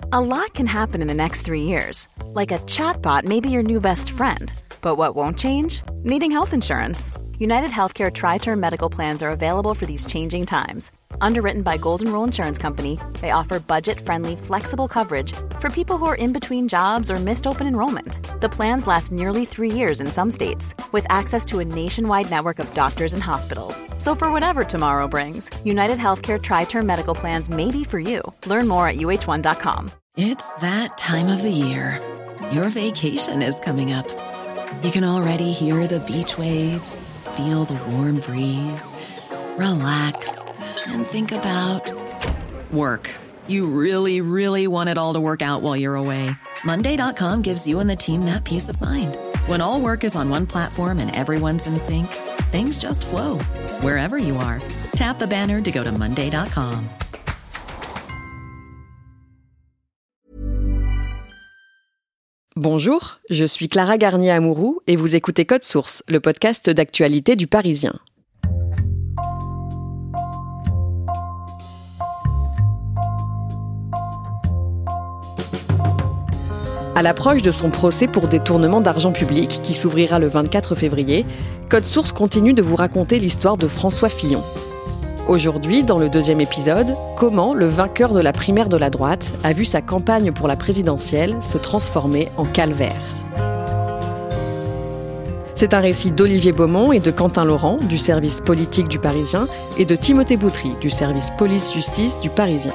A lot can happen in the next 3 years. Like a chatbot may be your new best friend. But what won't change? Needing health insurance. United Healthcare Tri-Term Medical Plans are available for these changing times. Underwritten by Golden Rule Insurance Company, they offer budget-friendly, flexible coverage for people who are in between jobs or missed open enrollment. The plans last nearly 3 years in some states, with access to a nationwide network of doctors and hospitals. So for whatever tomorrow brings, United Healthcare Tri-Term Medical Plans may be for you. Learn more at uh1.com. It's that time of the year. Your vacation is coming up. You can already hear the beach waves, feel the warm breeze, relax, and think about work. You really, really want it all to work out while you're away. Monday.com gives you and the team that peace of mind. When all work is on one platform and everyone's in sync, things just flow. Wherever you are, tap the banner to go to Monday.com. Bonjour, je suis Clara Garnier-Amouroux et vous écoutez Code Source, le podcast d'actualité du Parisien. À l'approche de son procès pour détournement d'argent public qui s'ouvrira le 24 février, Code Source continue de vous raconter l'histoire de François Fillon. Aujourd'hui, dans le 2e épisode, comment le vainqueur de la primaire de la droite a vu sa campagne pour la présidentielle se transformer en calvaire. C'est un récit d'Olivier Beaumont et de Quentin Laurent, du service politique du Parisien, et de Timothée Boutry, du service police-justice du Parisien.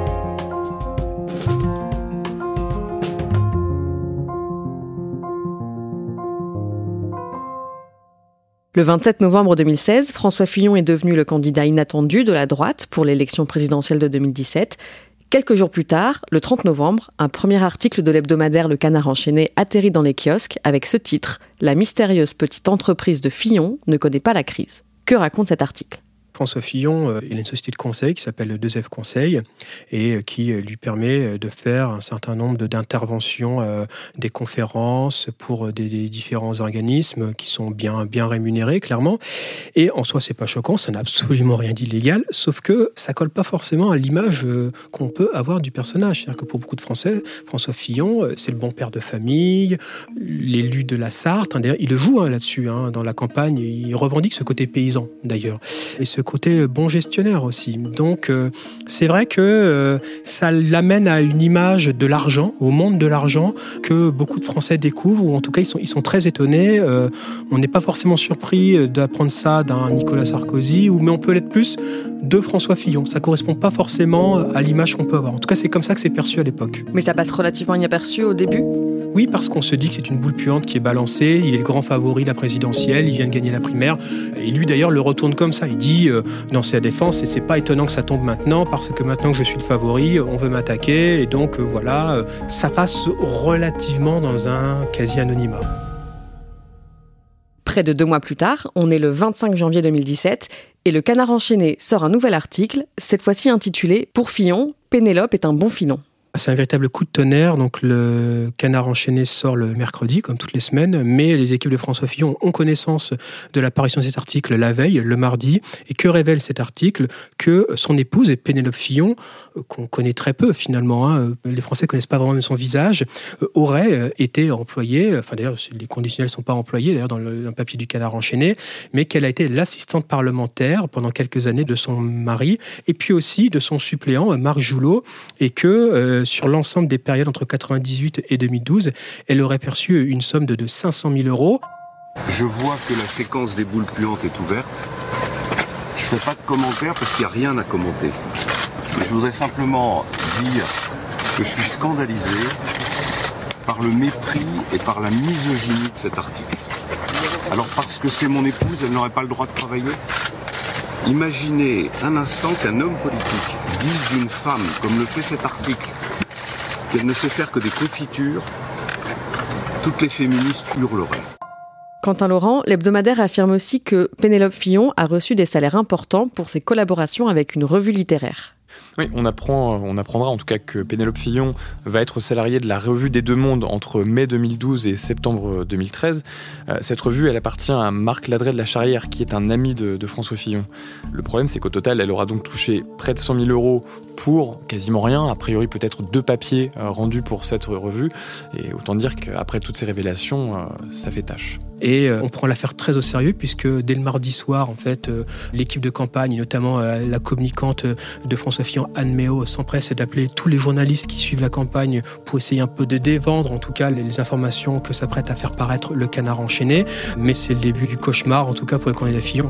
Le 27 novembre 2016, François Fillon est devenu le candidat inattendu de la droite pour l'élection présidentielle de 2017. Quelques jours plus tard, le 30 novembre, un premier article de l'hebdomadaire Le Canard enchaîné atterrit dans les kiosques avec ce titre « La mystérieuse petite entreprise de Fillon ne connaît pas la crise ». Que raconte cet article ? François Fillon, il a une société de conseil qui s'appelle le 2F Conseil et qui lui permet de faire un certain nombre d'interventions, des conférences pour des différents organismes qui sont bien rémunérés, clairement. Et en soi, c'est pas choquant, ça n'a absolument rien d'illégal, sauf que ça colle pas forcément à l'image qu'on peut avoir du personnage. C'est-à-dire que pour beaucoup de Français, François Fillon, c'est le bon père de famille, l'élu de la Sarthe. D'ailleurs, il le joue là-dessus, dans la campagne. Il revendique ce côté paysan, d'ailleurs. Et ce côté bon gestionnaire aussi. Donc, c'est vrai que ça l'amène à une image de l'argent, au monde de l'argent, que beaucoup de Français découvrent, ou en tout cas, ils sont très étonnés. On n'est pas forcément surpris d'apprendre ça d'un Nicolas Sarkozy, mais on peut l'être plus de François Fillon. Ça ne correspond pas forcément à l'image qu'on peut avoir. En tout cas, c'est comme ça que c'est perçu à l'époque. Mais ça passe relativement inaperçu au début ? Oui, parce qu'on se dit que c'est une boule puante qui est balancée. Il est le grand favori de la présidentielle. Il vient de gagner la primaire. Et lui, d'ailleurs, le retourne comme ça. Il dit, dans sa défense, et c'est pas étonnant que ça tombe maintenant, parce que maintenant que je suis le favori, on veut m'attaquer. Et donc, voilà, ça passe relativement dans un quasi-anonymat. Près de 2 mois plus tard, on est le 25 janvier 2017, et le Canard enchaîné sort un nouvel article, cette fois-ci intitulé « Pour Fillon, Pénélope est un bon filon ». C'est un véritable coup de tonnerre. Donc le Canard enchaîné sort le mercredi, comme toutes les semaines, mais les équipes de François Fillon ont connaissance de l'apparition de cet article la veille, le mardi. Et que révèle cet article ? Que son épouse, Pénélope Fillon, qu'on connaît très peu finalement, les Français ne connaissent pas vraiment son visage, aurait été employée, enfin d'ailleurs les conditionnels ne sont pas employés d'ailleurs dans le papier du Canard enchaîné, mais qu'elle a été l'assistante parlementaire pendant quelques années de son mari, et puis aussi de son suppléant, Marc Joulot, et que sur l'ensemble des périodes entre 1998 et 2012, elle aurait perçu une somme de 500 000 euros. Je vois que la séquence des boules puantes est ouverte. Je ne fais pas de commentaires parce qu'il n'y a rien à commenter. Je voudrais simplement dire que je suis scandalisé par le mépris et par la misogynie de cet article. Alors parce que c'est mon épouse, elle n'aurait pas le droit de travailler ? Imaginez un instant qu'un homme politique dise d'une femme, comme le fait cet article, qu'elle ne sait faire que des confitures, toutes les féministes hurleraient. Quentin Laurent, l'hebdomadaire affirme aussi que Pénélope Fillon a reçu des salaires importants pour ses collaborations avec une revue littéraire. Oui, on apprendra en tout cas que Pénélope Fillon va être salariée de la revue des Deux Mondes entre mai 2012 et septembre 2013. Cette revue, elle appartient à Marc Ladret de la Charrière, qui est un ami de François Fillon. Le problème, c'est qu'au total, elle aura donc touché près de 100 000 € pour quasiment rien, a priori peut-être 2 papiers rendus pour cette revue. Et autant dire qu'après toutes ces révélations, ça fait tâche. Et on prend l'affaire très au sérieux puisque dès le mardi soir, en fait, l'équipe de campagne, notamment la communicante de François Fillon, Anne Méo, s'empresse d'appeler tous les journalistes qui suivent la campagne pour essayer un peu de dévendre, en tout cas, les informations que s'apprête à faire paraître le Canard enchaîné. Mais c'est le début du cauchemar, en tout cas pour le candidat Fillon.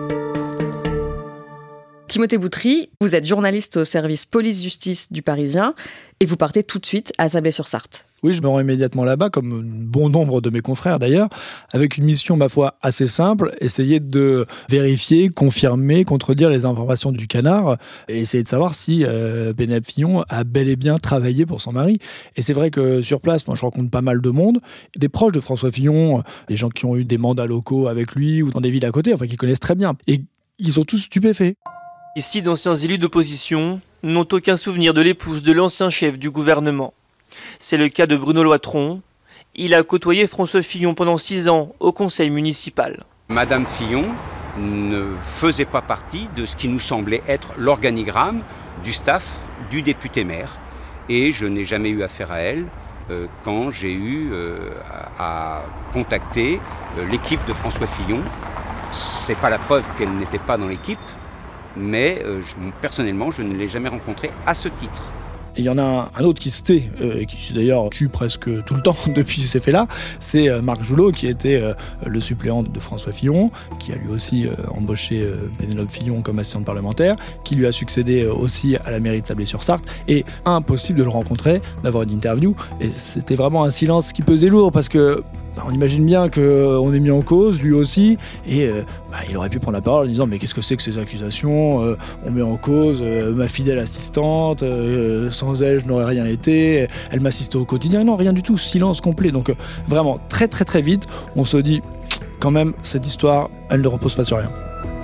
Timothée Boutry, vous êtes journaliste au service police-justice du Parisien et vous partez tout de suite à Sablé-sur-Sarthe. Oui, je me rends immédiatement là-bas, comme bon nombre de mes confrères d'ailleurs, avec une mission, ma foi, assez simple, essayer de vérifier, confirmer, contredire les informations du Canard et essayer de savoir si Pénélope Fillon a bel et bien travaillé pour son mari. Et c'est vrai que sur place, moi je rencontre pas mal de monde, des proches de François Fillon, des gens qui ont eu des mandats locaux avec lui ou dans des villes à côté, enfin qui connaissent très bien. Et ils sont tous stupéfaits. Ici, d'anciens élus d'opposition n'ont aucun souvenir de l'épouse de l'ancien chef du gouvernement. C'est le cas de Bruno Loitron. Il a côtoyé François Fillon pendant 6 ans au conseil municipal. Madame Fillon ne faisait pas partie de ce qui nous semblait être l'organigramme du staff du député-maire. Et je n'ai jamais eu affaire à elle quand j'ai eu à contacter l'équipe de François Fillon. C'est pas la preuve qu'elle n'était pas dans l'équipe, mais personnellement, je ne l'ai jamais rencontrée à ce titre. Et il y en a un autre qui se tait, qui d'ailleurs tue presque tout le temps depuis ces faits-là, c'est Marc Joulot, qui était le suppléant de François Fillon, qui a lui aussi embauché Pénélope Fillon comme assistante parlementaire, qui lui a succédé aussi à la mairie de Sablé-sur-Sarthe, et impossible de le rencontrer, d'avoir une interview, et c'était vraiment un silence qui pesait lourd, parce que on imagine bien qu'on est mis en cause, lui aussi, et il aurait pu prendre la parole en disant « Mais qu'est-ce que c'est que ces accusations ? On met en cause ma fidèle assistante, sans elle je n'aurais rien été, elle m'assistait au quotidien. » Non, rien du tout, silence complet. Donc vraiment, très très très vite, on se dit quand même, cette histoire, elle ne repose pas sur rien.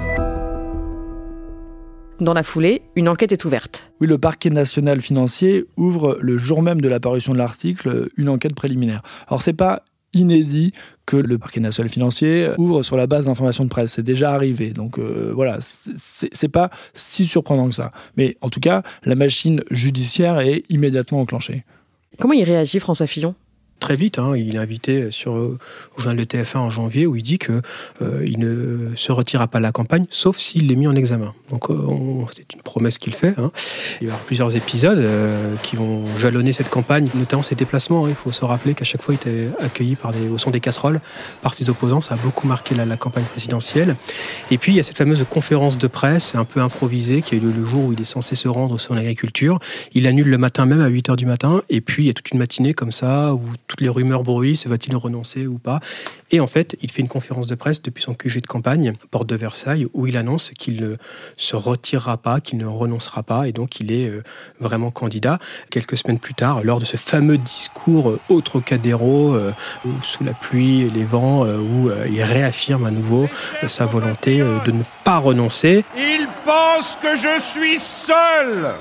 Dans la foulée, une enquête est ouverte. Oui, le parquet national financier ouvre le jour même de l'apparition de l'article une enquête préliminaire. Alors c'est pas inédit que le parquet national financier ouvre sur la base d'informations de presse. C'est déjà arrivé. Donc voilà, c'est pas si surprenant que ça. Mais en tout cas, la machine judiciaire est immédiatement enclenchée. Comment il réagit, François Fillon ? Très vite, il est invité au journal de TF1 en janvier où il dit que il ne se retirera pas de la campagne, sauf s'il est mis en examen. Donc c'est une promesse qu'il fait. Il va y avoir plusieurs épisodes qui vont jalonner cette campagne, notamment ses déplacements. Il faut se rappeler qu'à chaque fois, il était accueilli au son des casseroles par ses opposants. Ça a beaucoup marqué la campagne présidentielle. Et puis, il y a cette fameuse conférence de presse un peu improvisée qui a eu lieu le jour où il est censé se rendre au salon de l'agriculture. Il annule le matin même à 8h du matin. Et puis, il y a toute une matinée comme ça où toutes les rumeurs bruissent, va-t-il renoncer ou pas? Et en fait, il fait une conférence de presse depuis son QG de campagne, porte de Versailles, où il annonce qu'il ne se retirera pas, qu'il ne renoncera pas, et donc il est vraiment candidat. Quelques semaines plus tard, lors de ce fameux discours au Trocadéro, sous la pluie et les vents, où il réaffirme à nouveau sa volonté de ne pas renoncer. Ils pensent que je suis seul.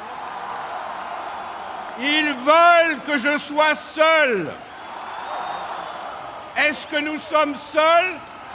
Ils veulent que je sois seul. Est-ce que nous sommes seuls ?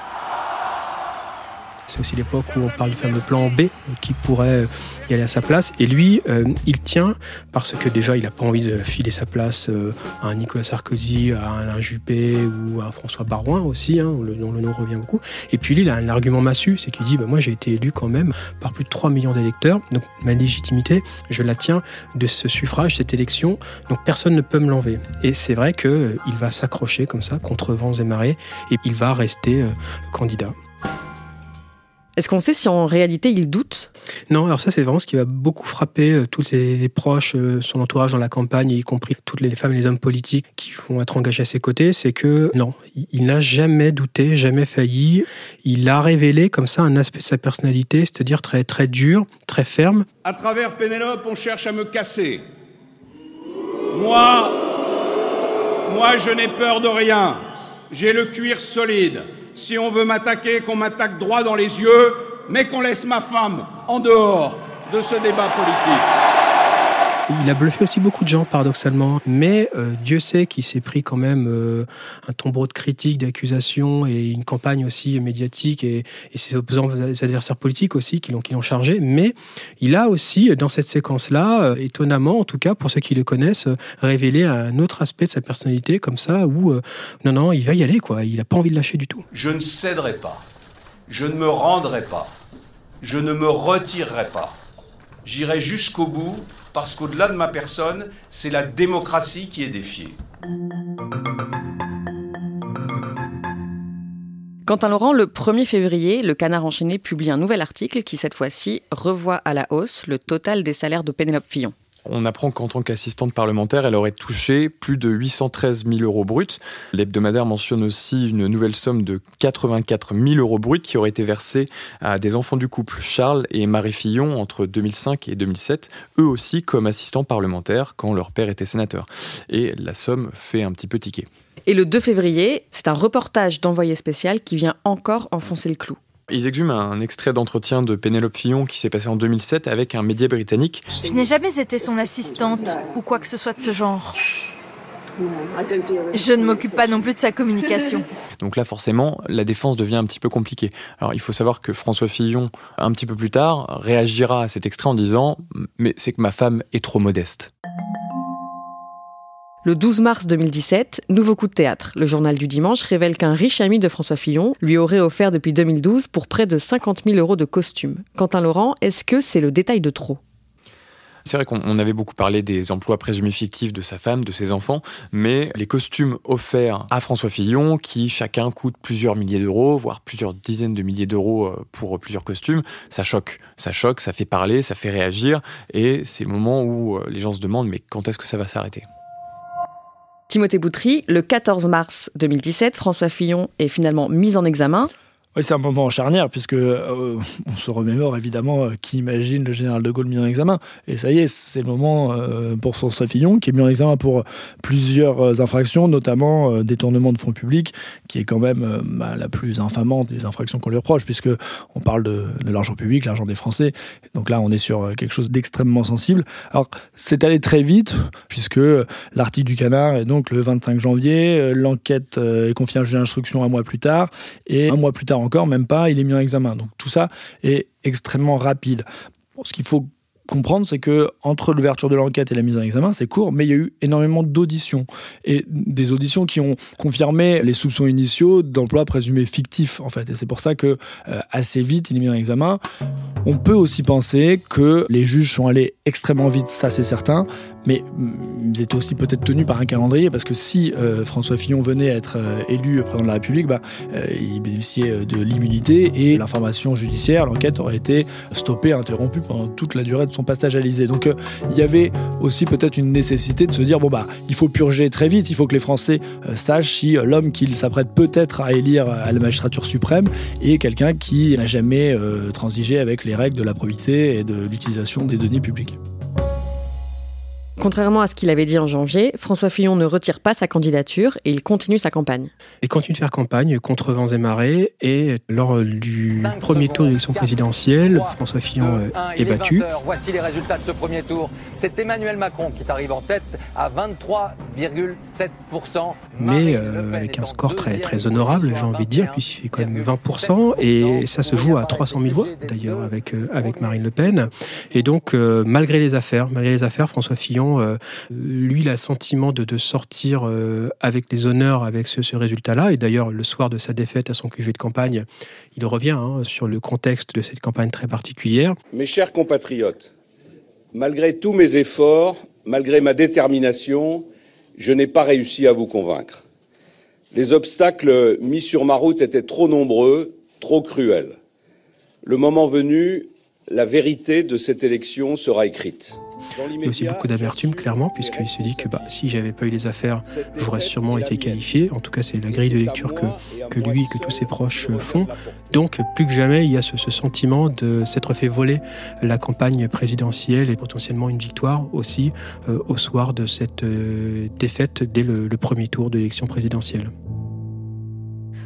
C'est aussi l'époque où on parle du fameux plan B qui pourrait y aller à sa place. Et lui, il tient parce que déjà, il n'a pas envie de filer sa place à un Nicolas Sarkozy, à un Alain Juppé ou à un François Baroin aussi, dont le nom revient beaucoup. Et puis lui, il a un argument massu, c'est qu'il dit moi j'ai été élu quand même par plus de 3 millions d'électeurs, donc ma légitimité, je la tiens de ce suffrage, cette élection, donc personne ne peut me l'enlever. Et c'est vrai qu'il va s'accrocher comme ça, contre vents et marées, et il va rester candidat. Est-ce qu'on sait si en réalité il doute ? Non, alors ça c'est vraiment ce qui va beaucoup frapper tous les proches, son entourage dans la campagne, y compris toutes les femmes et les hommes politiques qui vont être engagés à ses côtés, c'est que non, il n'a jamais douté, jamais failli. Il a révélé comme ça un aspect de sa personnalité, c'est-à-dire très, très dur, très ferme. À travers Pénélope, on cherche à me casser. Moi, je n'ai peur de rien. J'ai le cuir solide. Si on veut m'attaquer, qu'on m'attaque droit dans les yeux, mais qu'on laisse ma femme en dehors. de ce débat politique. Il a bluffé aussi beaucoup de gens, paradoxalement. Mais Dieu sait qu'il s'est pris quand même un tombeau de critiques, d'accusations et une campagne aussi médiatique et ses opposants, ses adversaires politiques aussi qui l'ont chargé. Mais il a aussi, dans cette séquence-là, étonnamment, en tout cas pour ceux qui le connaissent, révélé un autre aspect de sa personnalité comme ça où non, il va y aller, quoi. Il n'a pas envie de lâcher du tout. Je ne céderai pas. Je ne me rendrai pas. Je ne me retirerai pas. J'irai jusqu'au bout. Parce qu'au-delà de ma personne, c'est la démocratie qui est défiée. Quentin Laurent, le 1er février, le Canard enchaîné publie un nouvel article qui, cette fois-ci, revoit à la hausse le total des salaires de Pénélope Fillon. On apprend qu'en tant qu'assistante parlementaire, elle aurait touché plus de 813 000 euros bruts. L'hebdomadaire mentionne aussi une nouvelle somme de 84 000 euros bruts qui aurait été versée à des enfants du couple Charles et Marie Fillon entre 2005 et 2007, eux aussi comme assistants parlementaires quand leur père était sénateur. Et la somme fait un petit peu tiquer. Et le 2 février, c'est un reportage d'Envoyé spécial qui vient encore enfoncer le clou. Ils exhument un extrait d'entretien de Pénélope Fillon qui s'est passé en 2007 avec un média britannique. Je n'ai jamais été son assistante ou quoi que ce soit de ce genre. Je ne m'occupe pas non plus de sa communication. Donc là, forcément, la défense devient un petit peu compliquée. Alors, il faut savoir que François Fillon, un petit peu plus tard, réagira à cet extrait en disant « Mais c'est que ma femme est trop modeste ». Le 12 mars 2017, nouveau coup de théâtre. Le journal du dimanche révèle qu'un riche ami de François Fillon lui aurait offert depuis 2012 pour près de 50 000 euros de costumes. Quentin Laurent, est-ce que c'est le détail de trop ? C'est vrai qu'on avait beaucoup parlé des emplois présumés fictifs de sa femme, de ses enfants, mais les costumes offerts à François Fillon, qui chacun coûtent plusieurs milliers d'euros, voire plusieurs dizaines de milliers d'euros pour plusieurs costumes, ça choque, ça fait parler, ça fait réagir, et c'est le moment où les gens se demandent mais quand est-ce que ça va s'arrêter ? Timothée Boutry, le 14 mars 2017, François Fillon est finalement mis en examen. Oui, c'est un moment charnière, puisque on se remémore évidemment qui imagine le général de Gaulle mis en examen. Et ça y est, c'est le moment pour François Fillon, qui est mis en examen pour plusieurs infractions, notamment détournement de fonds publics, qui est quand même la plus infamante des infractions qu'on lui reproche, puisque on parle de l'argent public, l'argent des Français. Donc là, on est sur quelque chose d'extrêmement sensible. Alors, c'est allé très vite, puisque l'article du Canard est donc le 25 janvier, l'enquête est confiée à un juge d'instruction un mois plus tard, et un mois plus tard encore, même pas, il est mis en examen. Donc tout ça est extrêmement rapide. Bon, ce qu'il faut comprendre, c'est que entre l'ouverture de l'enquête et la mise en examen, c'est court, mais il y a eu énormément d'auditions. Et des auditions qui ont confirmé les soupçons initiaux d'emploi présumé fictif, en fait. Et c'est pour ça que, assez vite, il est mis en examen. On peut aussi penser que les juges sont allés extrêmement vite, ça c'est certain, mais ils étaient aussi peut-être tenus par un calendrier, parce que si François Fillon venait à être élu président de la République, il bénéficiait de l'immunité et l'information judiciaire, l'enquête aurait été stoppée, interrompue pendant toute la durée de son passage à l'Élysée. Donc il y avait aussi peut-être une nécessité de se dire il faut purger très vite, il faut que les Français sachent si l'homme qu'ils s'apprêtent peut-être à élire à la magistrature suprême est quelqu'un qui n'a jamais transigé avec les règles de la probité et de l'utilisation des deniers publics. Contrairement à ce qu'il avait dit en janvier, François Fillon ne retire pas sa candidature et il continue sa campagne. Il continue de faire campagne contre vents et marées et lors du premier tour de l'élection présidentielle, François Fillon est battu. Voici les résultats de ce premier tour. C'est Emmanuel Macron qui arrive en tête à 23,7%. Mais avec un score très, très honorable, j'ai envie de dire, puisqu'il fait quand même 20%. Et ça se joue à 300 000 voix, d'ailleurs, avec Marine Le Pen. Et donc, malgré les affaires, François Fillon, lui, il a le sentiment de sortir avec les honneurs avec ce résultat-là. Et d'ailleurs, le soir de sa défaite à son QG de campagne, il revient sur le contexte de cette campagne très particulière. Mes chers compatriotes, malgré tous mes efforts, malgré ma détermination, je n'ai pas réussi à vous convaincre. Les obstacles mis sur ma route étaient trop nombreux, trop cruels. Le moment venu, la vérité de cette élection sera écrite. Il y a aussi beaucoup d'amertume, clairement, puisqu'il se dit que si j'avais pas eu les affaires, j'aurais sûrement été qualifié. En tout cas, c'est la grille de lecture que lui et que tous ses proches font. Donc, plus que jamais, il y a ce sentiment de s'être fait voler la campagne présidentielle et potentiellement une victoire aussi au soir de cette défaite dès le premier tour de l'élection présidentielle.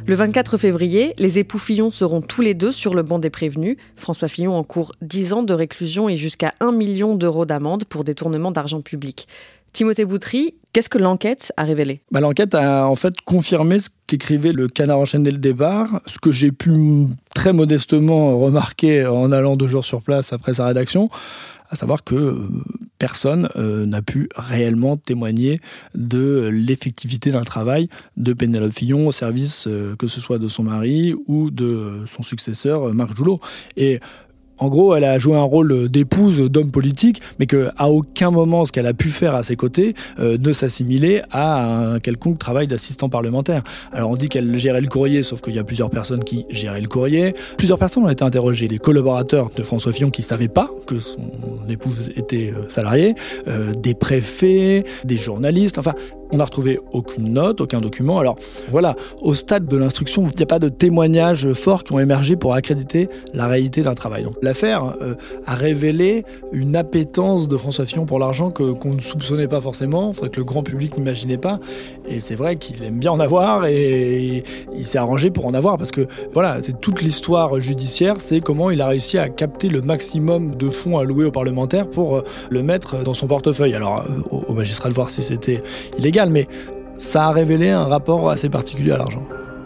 Le 24 février, les époux Fillon seront tous les deux sur le banc des prévenus. François Fillon encourt 10 ans de réclusion et jusqu'à 1 million d'euros d'amende pour détournement d'argent public. Timothée Boutry, qu'est-ce que l'enquête a révélé ? L'enquête a en fait confirmé ce qu'écrivait le Canard enchaîné dès le départ, ce que j'ai pu très modestement remarquer en allant 2 jours sur place après sa rédaction, à savoir que personne n'a pu réellement témoigner de l'effectivité d'un travail de Pénélope Fillon au service que ce soit de son mari ou de son successeur Marc Joulot. Et en gros, elle a joué un rôle d'épouse d'homme politique, mais qu'à aucun moment, ce qu'elle a pu faire à ses côtés ne s'assimilait à un quelconque travail d'assistant parlementaire. Alors on dit qu'elle gérait le courrier, sauf qu'il y a plusieurs personnes qui géraient le courrier. Plusieurs personnes ont été interrogées. Les collaborateurs de François Fillon qui ne savaient pas que son épouse était salariée, des préfets, des journalistes, enfin... On n'a retrouvé aucune note, aucun document. Alors voilà, au stade de l'instruction, il n'y a pas de témoignages forts qui ont émergé pour accréditer la réalité d'un travail. Donc, l'affaire a révélé une appétence de François Fillon pour l'argent qu'on ne soupçonnait pas forcément, que le grand public n'imaginait pas. Et c'est vrai qu'il aime bien en avoir et il s'est arrangé pour en avoir parce que voilà, c'est toute l'histoire judiciaire, c'est comment il a réussi à capter le maximum de fonds alloués aux parlementaires pour le mettre dans son portefeuille. Alors au magistrat de voir si c'était illégal, mais ça a révélé un rapport assez particulier à l'argent.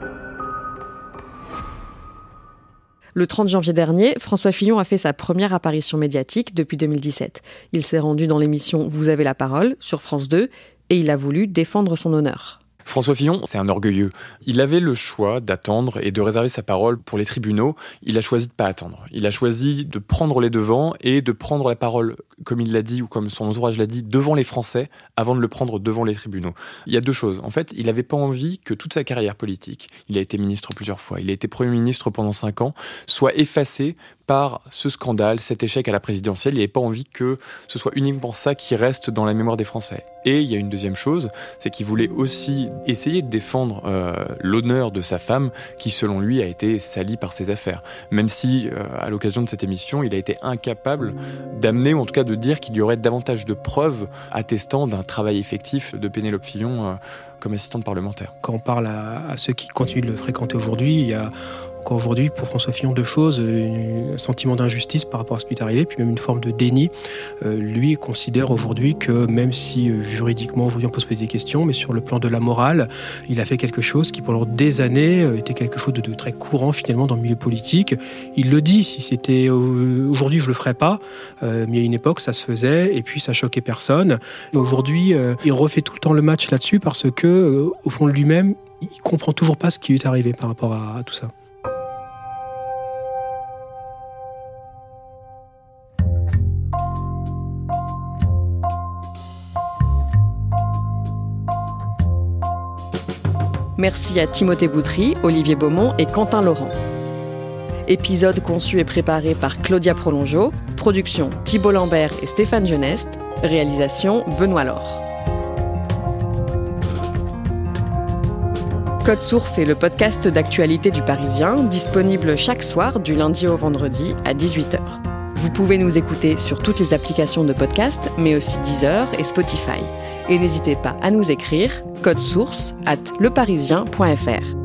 Le 30 janvier dernier, François Fillon a fait sa première apparition médiatique depuis 2017. Il s'est rendu dans l'émission « Vous avez la parole » sur France 2 et il a voulu défendre son honneur. François Fillon, c'est un orgueilleux. Il avait le choix d'attendre et de réserver sa parole pour les tribunaux. Il a choisi de ne pas attendre. Il a choisi de prendre les devants et de prendre la parole, comme il l'a dit ou comme son entourage l'a dit, devant les Français avant de le prendre devant les tribunaux. Il y a 2 choses. En fait, il n'avait pas envie que toute sa carrière politique, il a été ministre plusieurs fois, il a été Premier ministre pendant 5 ans, soit effacée par ce scandale, cet échec à la présidentielle. Il n'avait pas envie que ce soit uniquement ça qui reste dans la mémoire des Français. Et il y a une deuxième chose, c'est qu'il voulait aussi essayer de défendre l'honneur de sa femme, qui selon lui a été salie par ses affaires. Même si, à l'occasion de cette émission, il a été incapable d'amener, ou en tout cas de dire qu'il y aurait davantage de preuves attestant d'un travail effectif de Pénélope Fillon comme assistante parlementaire. Quand on parle à ceux qui continuent de le fréquenter aujourd'hui, il y a encore aujourd'hui, pour François Fillon, 2 choses, un sentiment d'injustice par rapport à ce qui est arrivé, puis même une forme de déni. Lui considère aujourd'hui que même si juridiquement, aujourd'hui on peut se poser des questions, mais sur le plan de la morale, il a fait quelque chose qui pendant des années était quelque chose de très courant finalement dans le milieu politique. Il le dit, si c'était aujourd'hui je le ferais pas, mais il y a une époque ça se faisait et puis ça choquait personne. Et aujourd'hui, il refait tout le temps le match là-dessus parce que au fond de lui-même, il comprend toujours pas ce qui lui est arrivé par rapport à tout ça. Merci à Timothée Boutry, Olivier Beaumont et Quentin Laurent. Épisode conçu et préparé par Claudia Prolongeau, production Thibault Lambert et Stéphane Geneste, réalisation Benoît Laure. Code Source est le podcast d'actualité du Parisien, disponible chaque soir du lundi au vendredi à 18h. Vous pouvez nous écouter sur toutes les applications de podcast, mais aussi Deezer et Spotify. Et n'hésitez pas à nous écrire codesource@leparisien.fr.